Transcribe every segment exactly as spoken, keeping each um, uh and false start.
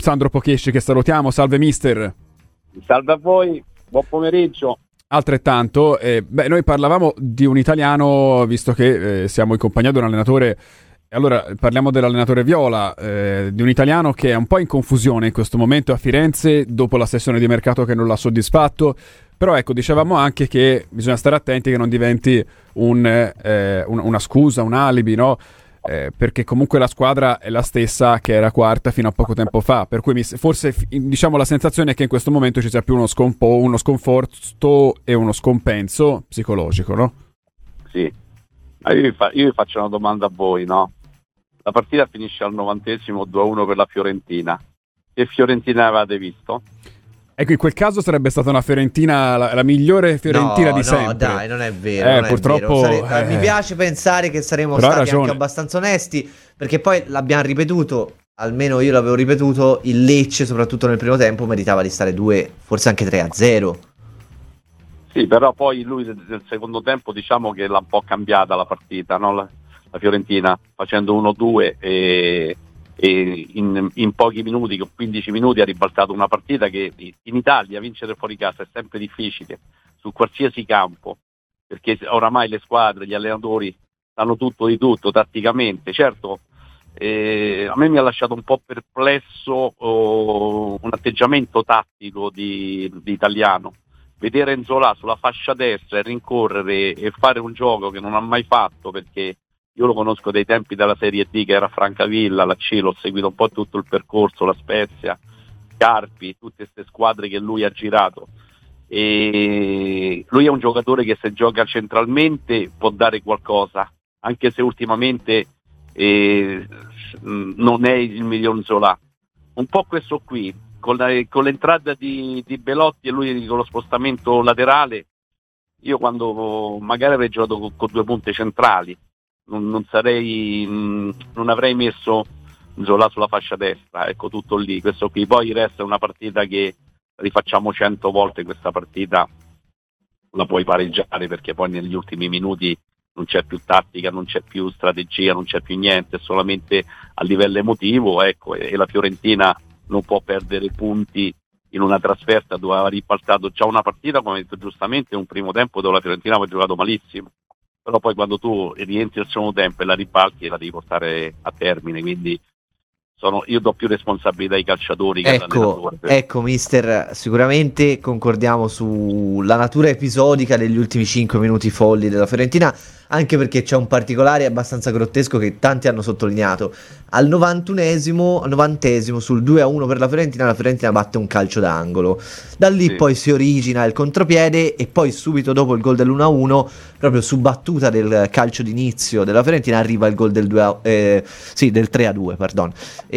Sandro Pochesci che salutiamo. Salve mister. Salve a voi, buon pomeriggio. Altrettanto, eh, beh, noi parlavamo di un italiano, visto che eh, siamo in compagnia di un allenatore. Allora, parliamo dell'allenatore Viola, eh, di un italiano che è un po' in confusione in questo momento a Firenze dopo la sessione di mercato che non l'ha soddisfatto, però ecco, dicevamo anche che bisogna stare attenti che non diventi un, eh, un, una scusa, un alibi, no? Eh, perché comunque la squadra è la stessa che era quarta fino a poco tempo fa, per cui mi, forse diciamo la sensazione è che in questo momento ci sia più uno, scompo, uno sconforto e uno scompenso psicologico, no? Sì, ma io vi, fa, io vi faccio una domanda a voi, no? La partita finisce al novantesimo due a uno per la Fiorentina. Che Fiorentina avevate visto? Ecco, in quel caso sarebbe stata una Fiorentina, la, la migliore Fiorentina no, di sempre. No, dai, non è vero. Eh, non purtroppo. È vero. Sare- eh. Mi piace pensare che saremmo Però stati anche abbastanza onesti, perché poi l'abbiamo ripetuto, almeno io l'avevo ripetuto, il Lecce, soprattutto nel primo tempo, meritava di stare due, forse anche tre a zero. Sì, però poi lui nel secondo tempo diciamo che l'ha un po' cambiata la partita, no? La, la Fiorentina, facendo uno due e, e in, in pochi minuti, con quindici minuti, ha ribaltato una partita che in Italia vincere fuori casa è sempre difficile, su qualsiasi campo, perché oramai le squadre, gli allenatori sanno tutto di tutto tatticamente. Certo, eh, a me mi ha lasciato un po' perplesso oh, un atteggiamento tattico di, di Italiano. Vedere Nzola sulla fascia destra e rincorrere e fare un gioco che non ha mai fatto, perché io lo conosco dai tempi della Serie D, che era Francavilla, la C, l'ho seguito un po' tutto il percorso, la Spezia, Carpi, tutte queste squadre che lui ha girato. E lui è un giocatore che se gioca centralmente può dare qualcosa, anche se ultimamente eh, non è il miglior Nzola. Un po' questo qui, con, la, con l'entrata di, di Belotti e lui con lo spostamento laterale, io quando magari avrei giocato con, con due punte centrali, non, non sarei, mh, non avrei messo Nzola sulla fascia destra, ecco, tutto lì. Questo qui poi resta una partita che rifacciamo cento volte, questa partita la puoi pareggiare, perché poi negli ultimi minuti non c'è più tattica, non c'è più strategia, non c'è più niente, è solamente a livello emotivo, ecco, e, e la Fiorentina non può perdere punti in una trasferta dove aveva ribaltato già una partita, come ha detto giustamente, un primo tempo dove la Fiorentina aveva giocato malissimo, però poi quando tu rientri al secondo tempo e la ribalti la devi portare a termine, quindi sono, io do più responsabilità ai calciatori che ecco, all'allenatore. Ecco mister, sicuramente concordiamo sulla natura episodica degli ultimi cinque minuti folli della Fiorentina, anche perché c'è un particolare abbastanza grottesco che tanti hanno sottolineato. Al novantunesimo, al novantesimo, sul due a uno per la Fiorentina, la Fiorentina batte un calcio d'angolo. Da lì sì. Poi si origina il contropiede e poi subito dopo il gol dell'uno a uno, proprio su battuta del calcio d'inizio della Fiorentina, arriva il gol del, due a, eh, sì, del tre a due, pardon.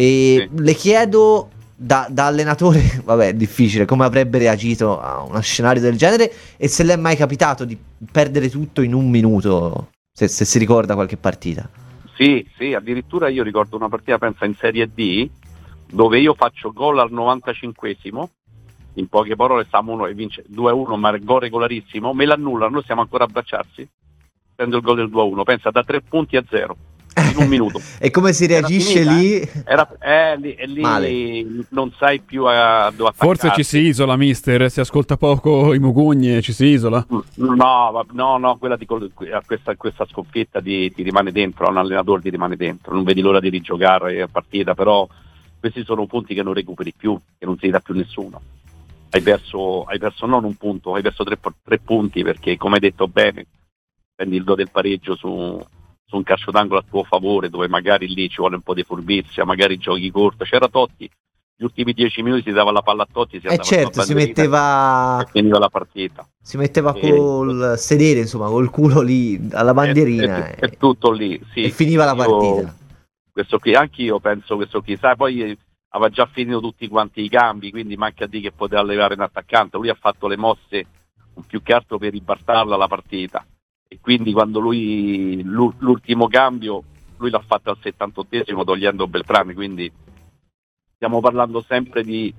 E sì. Le chiedo da, da allenatore, vabbè, è difficile, come avrebbe reagito a uno scenario del genere e se le è mai capitato di perdere tutto in un minuto, se, se si ricorda qualche partita. Sì, sì, addirittura io ricordo una partita, pensa, in Serie D, dove io faccio gol al novantacinquesimo, in poche parole stiamo uno e vince due a uno, ma è gol regolarissimo, me l'annullano, noi siamo ancora a abbracciarsi, prendo il gol del due a uno, pensa, da tre punti a zero. In un minuto. E come si reagisce era lì? Era, eh, lì, e lì Male. Non sai più a dove attaccare. Forse ci si isola, mister, si ascolta poco i mugugni e ci si isola. No, no, no, quella di questa, questa sconfitta ti, ti rimane dentro, un allenatore ti rimane dentro, non vedi l'ora di rigiocare la partita, però questi sono punti che non recuperi più, che non si dà più nessuno. Hai perso, hai perso non un punto, hai perso tre, tre punti, perché come hai detto bene, prendi il do del pareggio su su un calcio d'angolo a tuo favore, dove magari lì ci vuole un po' di furbizia, magari giochi corto. C'era Totti, gli ultimi dieci minuti si dava la palla a Totti, si eh certo, si metteva e finiva la partita. Si metteva e... col sedere, insomma, col culo lì alla bandierina è, è, è tutto lì, sì. E finiva la partita. Io, questo qui, anch'io penso questo qui, sai, poi aveva già finito tutti quanti i cambi, quindi manca di che poteva levare un attaccante. Lui ha fatto le mosse più che altro per ribaltarla la partita. E quindi quando lui l'ultimo cambio lui l'ha fatto al settantottesimo togliendo Beltrame, quindi stiamo parlando sempre di,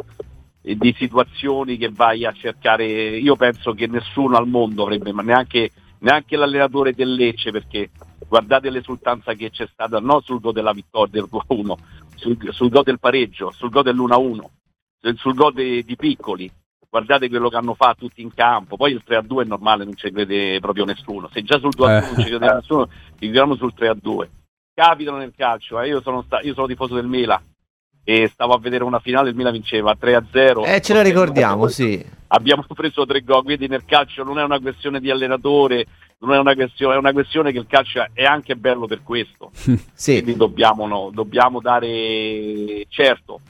di situazioni che vai a cercare. Io penso che nessuno al mondo avrebbe, ma neanche, neanche l'allenatore del Lecce, perché guardate l'esultanza che c'è stata non sul gol della vittoria del due a uno, sul, sul gol del pareggio, sul gol dell'uno a uno, sul gol de, di Piccoli. Guardate quello che hanno fatto tutti in campo. Poi il tre a due è normale, non ci crede proprio nessuno. Se già sul due a due eh. non ci crede nessuno, figuriamo sul tre a due. Capitano nel calcio, eh. io, sono sta- io sono tifoso del Milan e stavo a vedere una finale, il Milan vinceva tre a zero. Eh, ce lo ricordiamo, sì. Abbiamo preso tre gol, quindi nel calcio non è una questione di allenatore, non è una questione, è una questione che il calcio è anche bello per questo. Sì. Quindi dobbiamo, no, dobbiamo dare, certo,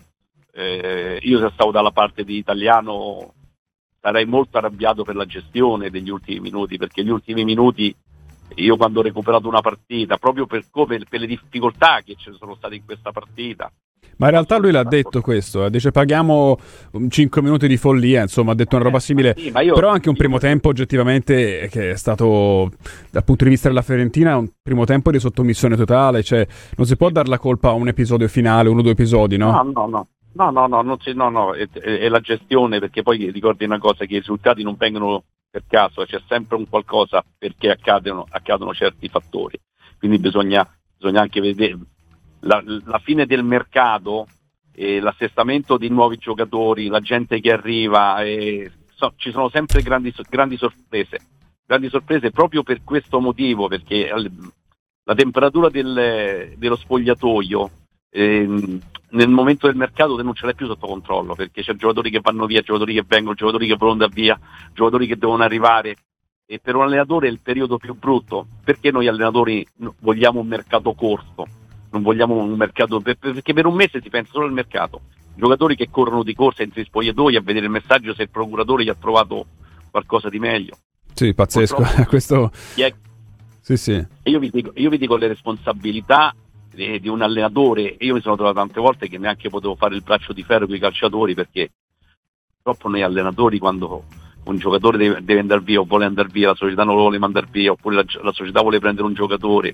eh, io se stavo dalla parte di Italiano sarei molto arrabbiato per la gestione degli ultimi minuti, perché gli ultimi minuti, io quando ho recuperato una partita, proprio per, come, per le difficoltà che ci sono state in questa partita. Ma in realtà lui l'ha detto questo, eh, dice paghiamo cinque minuti di follia, insomma ha detto una roba simile, eh, sì, io, però anche un primo io... tempo oggettivamente che è stato, dal punto di vista della Fiorentina, un primo tempo di sottomissione totale, cioè non si può dar la colpa a un episodio finale, uno o due episodi, no? No, no, no. No, no, no, non si, no, no, è, è, è la gestione, perché poi ricordi una cosa, che i risultati non vengono per caso, c'è sempre un qualcosa perché accadono, accadono certi fattori, quindi bisogna, bisogna anche vedere la, la fine del mercato, eh, l'assestamento di nuovi giocatori, la gente che arriva, eh, so, ci sono sempre grandi, grandi sorprese, grandi sorprese proprio per questo motivo, perché la temperatura del, dello spogliatoio eh, nel momento del mercato non ce l'hai più sotto controllo, perché c'è giocatori che vanno via, giocatori che vengono, giocatori che vogliono andare via, giocatori che devono arrivare, e per un allenatore è il periodo più brutto, perché noi allenatori vogliamo un mercato corto, non vogliamo un mercato, perché per un mese si pensa solo al mercato, giocatori che corrono di corsa entro i spogliatoi a vedere il messaggio se il procuratore gli ha trovato qualcosa di meglio. Sì, pazzesco. Questo... È... Sì, sì. Io vi dico, io vi dico le responsabilità di un allenatore, e io mi sono trovato tante volte che neanche potevo fare il braccio di ferro con i calciatori, perché purtroppo noi allenatori, quando un giocatore deve, deve andare via o vuole andare via, la società non lo vuole mandare via, oppure la, la società vuole prendere un giocatore,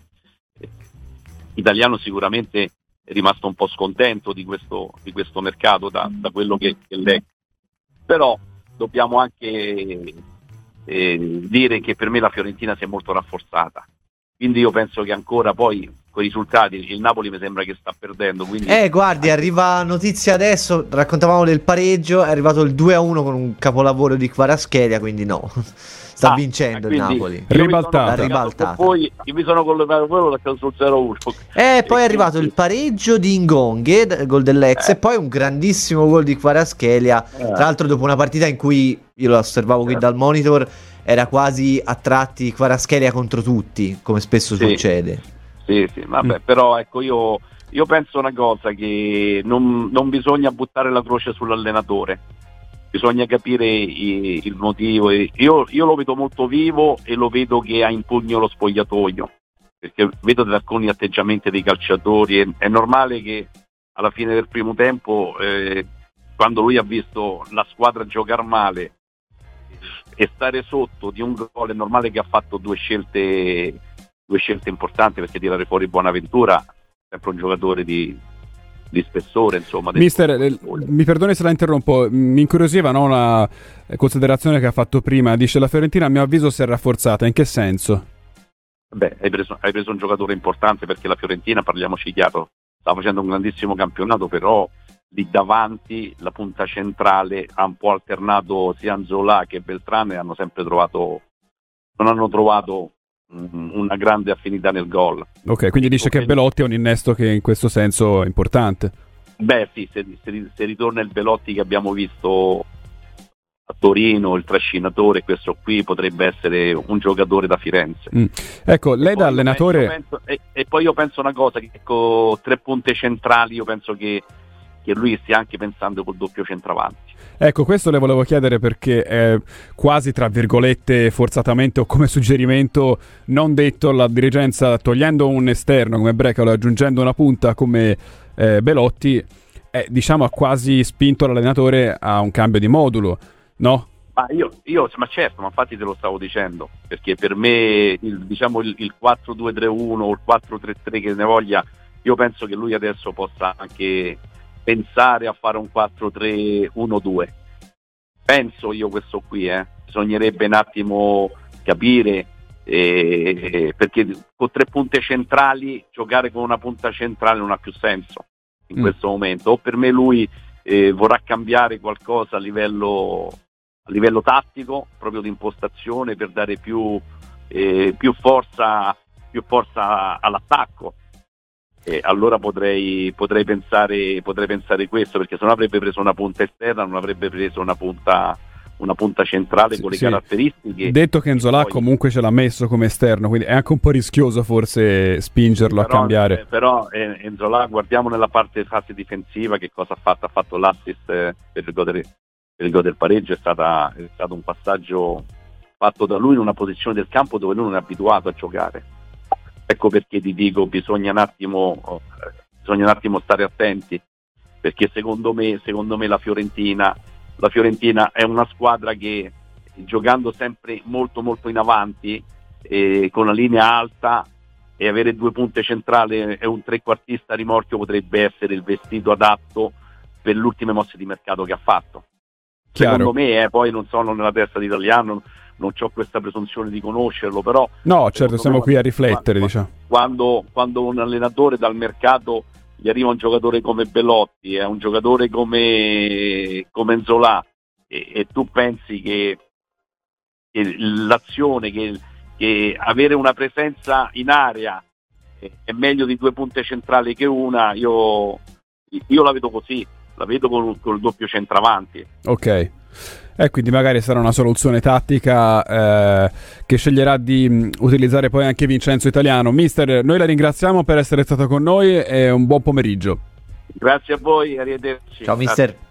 Italiano sicuramente è rimasto un po' scontento di questo, di questo mercato, da, da quello che, che leggo, però dobbiamo anche eh, dire che per me la Fiorentina si è molto rafforzata, quindi io penso che ancora poi con i risultati il Napoli mi sembra che sta perdendo, quindi... eh guardi, arriva notizia adesso, raccontavamo del pareggio, è arrivato il due a uno con un capolavoro di Kvaratskhelia, quindi no, sta ah, vincendo il Napoli, ribaltata, ribaltata. Poi io mi sono collegato quello da sul zero a uno, e poi è arrivato il pareggio di Ingonghe, gol dell'ex, eh. e poi un grandissimo gol di Kvaratskhelia, eh. tra l'altro dopo una partita in cui io lo osservavo qui eh. dal monitor, era quasi a tratti Kvaratskhelia contro tutti, come spesso sì. succede. Sì, sì, vabbè, mm. però ecco, io, io penso una cosa, che non, non bisogna buttare la croce sull'allenatore, bisogna capire i, il motivo. Io, io lo vedo molto vivo e lo vedo che ha in pugno lo spogliatoio, perché vedo da alcuni atteggiamenti dei calciatori, è, è normale che alla fine del primo tempo, eh, quando lui ha visto la squadra giocare male e stare sotto di un gol, è normale che ha fatto due scelte due scelte importanti, perché tirare fuori Bonaventura, sempre un giocatore di, di spessore, insomma. Mister, eh, mi perdoni se la interrompo, mi incuriosiva, no, una considerazione che ha fatto prima, dice la Fiorentina a mio avviso si è rafforzata, in che senso? Beh, hai preso, hai preso un giocatore importante, perché la Fiorentina, parliamoci chiaro, sta facendo un grandissimo campionato, però lì davanti la punta centrale ha un po' alternato sia Anzola che Beltrame, hanno sempre trovato, non hanno trovato una grande affinità nel gol. Ok, quindi dice che Belotti è un innesto che in questo senso è importante. Beh sì, se, se, se ritorna il Belotti che abbiamo visto a Torino, il trascinatore, questo qui potrebbe essere un giocatore da Firenze. Mm. Ecco, lei da allenatore... Penso, e, e poi io penso una cosa, che con tre punte centrali io penso che, che lui stia anche pensando col doppio centravanti. Ecco, questo le volevo chiedere, perché è quasi, tra virgolette, forzatamente o come suggerimento non detto, la dirigenza, togliendo un esterno come Brecalo e aggiungendo una punta come eh, Belotti, eh, diciamo ha quasi spinto l'allenatore a un cambio di modulo, no? Ma io, io ma certo, ma infatti te lo stavo dicendo, perché per me il, diciamo il, il quattro due tre uno o il quattro tre tre che ne voglia, io penso che lui adesso possa anche pensare a fare un quattro tre uno due. Penso io questo qui, eh. Bisognerebbe un attimo capire, eh, perché con tre punte centrali giocare con una punta centrale non ha più senso. in mm. questo momento. O per me lui eh, vorrà cambiare qualcosa a livello, a livello tattico, proprio di impostazione, per dare più, eh, più forza, più forza all'attacco. E allora potrei, potrei pensare potrei pensare questo, perché se non avrebbe preso una punta esterna, non avrebbe preso una punta, una punta centrale sì, con le sì. caratteristiche. Detto che Nzola poi, comunque ce l'ha messo come esterno, quindi è anche un po' rischioso forse spingerlo però, a cambiare. Eh, però eh, Nzola, guardiamo nella parte fase difensiva che cosa ha fatto. Ha fatto l'assist eh, per il gol del, per il gol del pareggio, è, stata, è stato un passaggio fatto da lui in una posizione del campo dove lui non è abituato a giocare. Ecco perché ti dico, bisogna un attimo, bisogna un attimo stare attenti, perché secondo me, secondo me la Fiorentina, la Fiorentina è una squadra che, giocando sempre molto molto in avanti, eh, con la linea alta, e avere due punte centrali e un trequartista a rimorchio potrebbe essere il vestito adatto per le ultime mosse di mercato che ha fatto. Chiaro. Secondo me, eh, poi non sono nella testa di Italiano, non ho questa presunzione di conoscerlo, però no, certo, siamo me, qui a riflettere, quando, diciamo. Quando, quando un allenatore dal mercato gli arriva un giocatore come Belotti, eh, un giocatore come, come Nzola, e, e tu pensi che, che l'azione, che, che avere una presenza in area è, è meglio di due punte centrali che una, io, io la vedo così, la vedo con, con il doppio centravanti. Ok. E quindi magari sarà una soluzione tattica eh, che sceglierà di mh, utilizzare poi anche Vincenzo Italiano. Mister, noi la ringraziamo per essere stato con noi e un buon pomeriggio. Grazie a voi, arrivederci. Ciao mister.